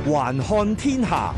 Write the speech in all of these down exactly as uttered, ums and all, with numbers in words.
環看天下。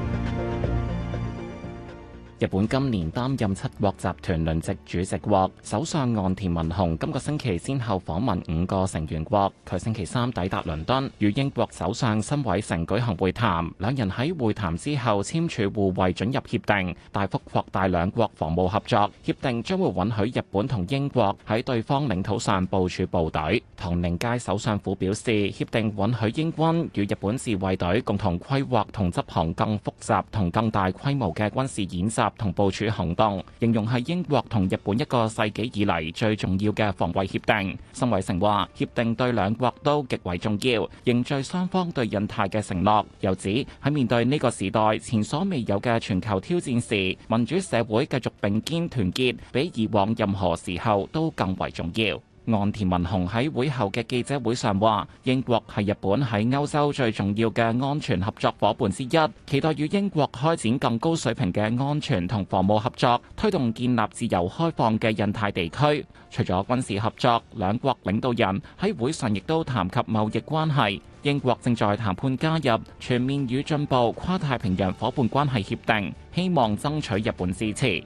日本今年擔任七國集團輪值主席國，首相岸田文雄今個星期先後訪問五個成員國。佢星期三抵達倫敦，與英國首相辛偉誠舉行會談。兩人喺會談之後簽署互惠准入協定，大幅擴大兩國防務合作。協定將會允許日本同英國喺對方領土上部署部隊。唐寧街首相府表示，協定允許英軍與日本自衛隊共同規劃同執行更複雜同更大規模嘅軍事演習同部署行動，形容係英國同日本一個世紀以嚟最重要嘅防衛協定。辛偉誠話，協定對兩國都極為重要，凝聚雙方對印太嘅承諾。又指喺面對呢個時代前所未有嘅全球挑戰時，民主社會繼續並肩團結，比以往任何時候都更為重要。岸田文雄喺會後嘅記者會上話，英國係日本喺歐洲最重要嘅安全合作夥伴之一，期待與英國開展更高水平嘅安全同防務合作，推動建立自由開放嘅印太地區。除咗軍事合作，兩國領導人喺會上亦都談及貿易關係。英國正在談判加入全面與進步跨太平洋夥伴關係協定，希望爭取日本支持。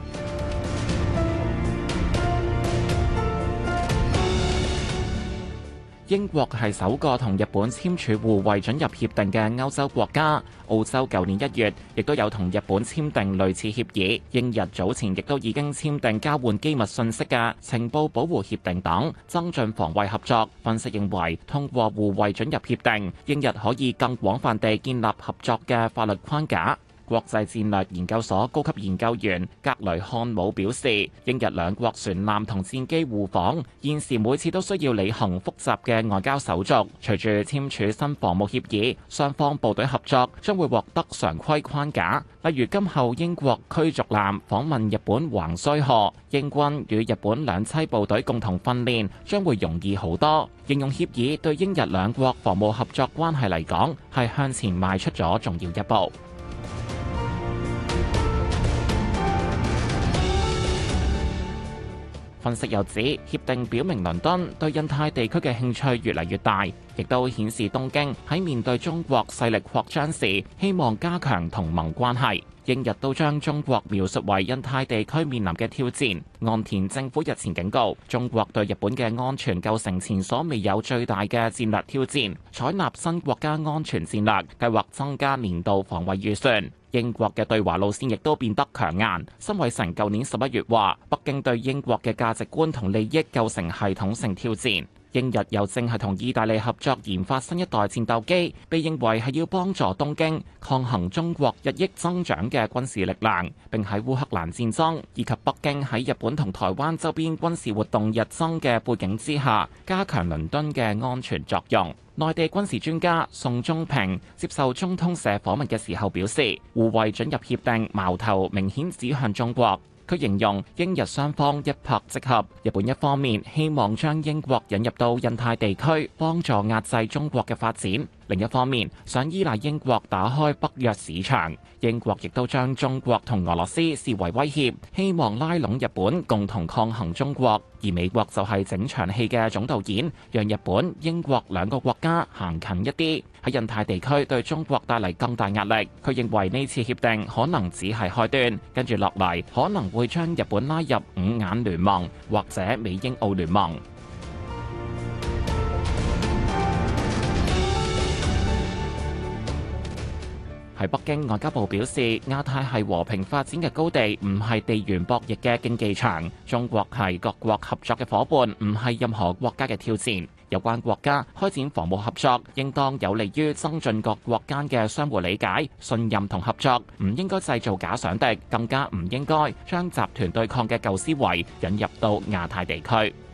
英國係首個同日本簽署互惠准入協定嘅歐洲國家，澳洲舊年一月亦都有同日本簽訂類似協議，英日早前亦都已經簽訂交換機密信息嘅情報保護協定等，增進防衛合作。分析認為，通過互惠准入協定，英日可以更廣泛地建立合作嘅法律框架。國際戰略研究所高級研究員格雷漢姆表示，英日兩國船艦同戰機互訪，現時每次都需要履行複雜嘅外交手續。隨住簽署新防務協議，雙方部隊合作將會獲得常規框架。例如，今後英國驅逐艦訪問日本橫須賀，英軍與日本兩棲部隊共同訓練將會容易好多。形容協議對英日兩國防務合作關係嚟講，係向前邁出咗重要一步。分析又指，協定表明倫敦對印太地區嘅興趣越嚟越大，亦都顯示東京喺面對中國勢力擴張時，希望加強同盟關係。英日都將中國描述為印太地區面臨嘅挑戰。岸田政府日前警告，中國對日本嘅安全構成前所未有最大嘅戰略挑戰，採納新國家安全戰略，計劃增加年度防衛預算。英國嘅對華路線亦都變得強硬。辛偉誠舊年十一月話，北京對英國嘅價值觀同利益構成系統性挑戰。英日又正係同意大利合作研發新一代戰鬥機，被認為係要幫助東京抗衡中國日益增長嘅軍事力量，並喺烏克蘭戰爭以及北京喺日本同台灣周邊軍事活動日增嘅背景之下，加強倫敦嘅安全作用。內地軍事專家宋忠平接受中通社訪問嘅時候表示，互惠准入協定矛頭明顯指向中國。佢形容英日雙方一拍即合，日本一方面希望將英國引入到印太地區，幫助壓制中國嘅發展；另一方面想依賴英國打開北約市場。英國亦都將中國同俄羅斯視為威脅，希望拉攏日本共同抗衡中國。而美國就係整場戲嘅總導演，讓日本、英國兩個國家行近一啲，喺印太地區對中國帶嚟更大壓力。佢認為呢次協定可能只係開端，跟住落嚟可能會將日本拉入五眼聯盟或者美英澳聯盟。喺北京，外交部表示，亞太係和平發展嘅高地，唔係地緣博弈嘅競技場。中國係各國合作嘅夥伴，唔係任何國家嘅挑戰。有關國家開展防務合作，應當有利於增進各國間嘅相互理解、信任同合作，唔應該製造假想敵，更加唔應該將集團對抗嘅舊思維引入到亞太地區。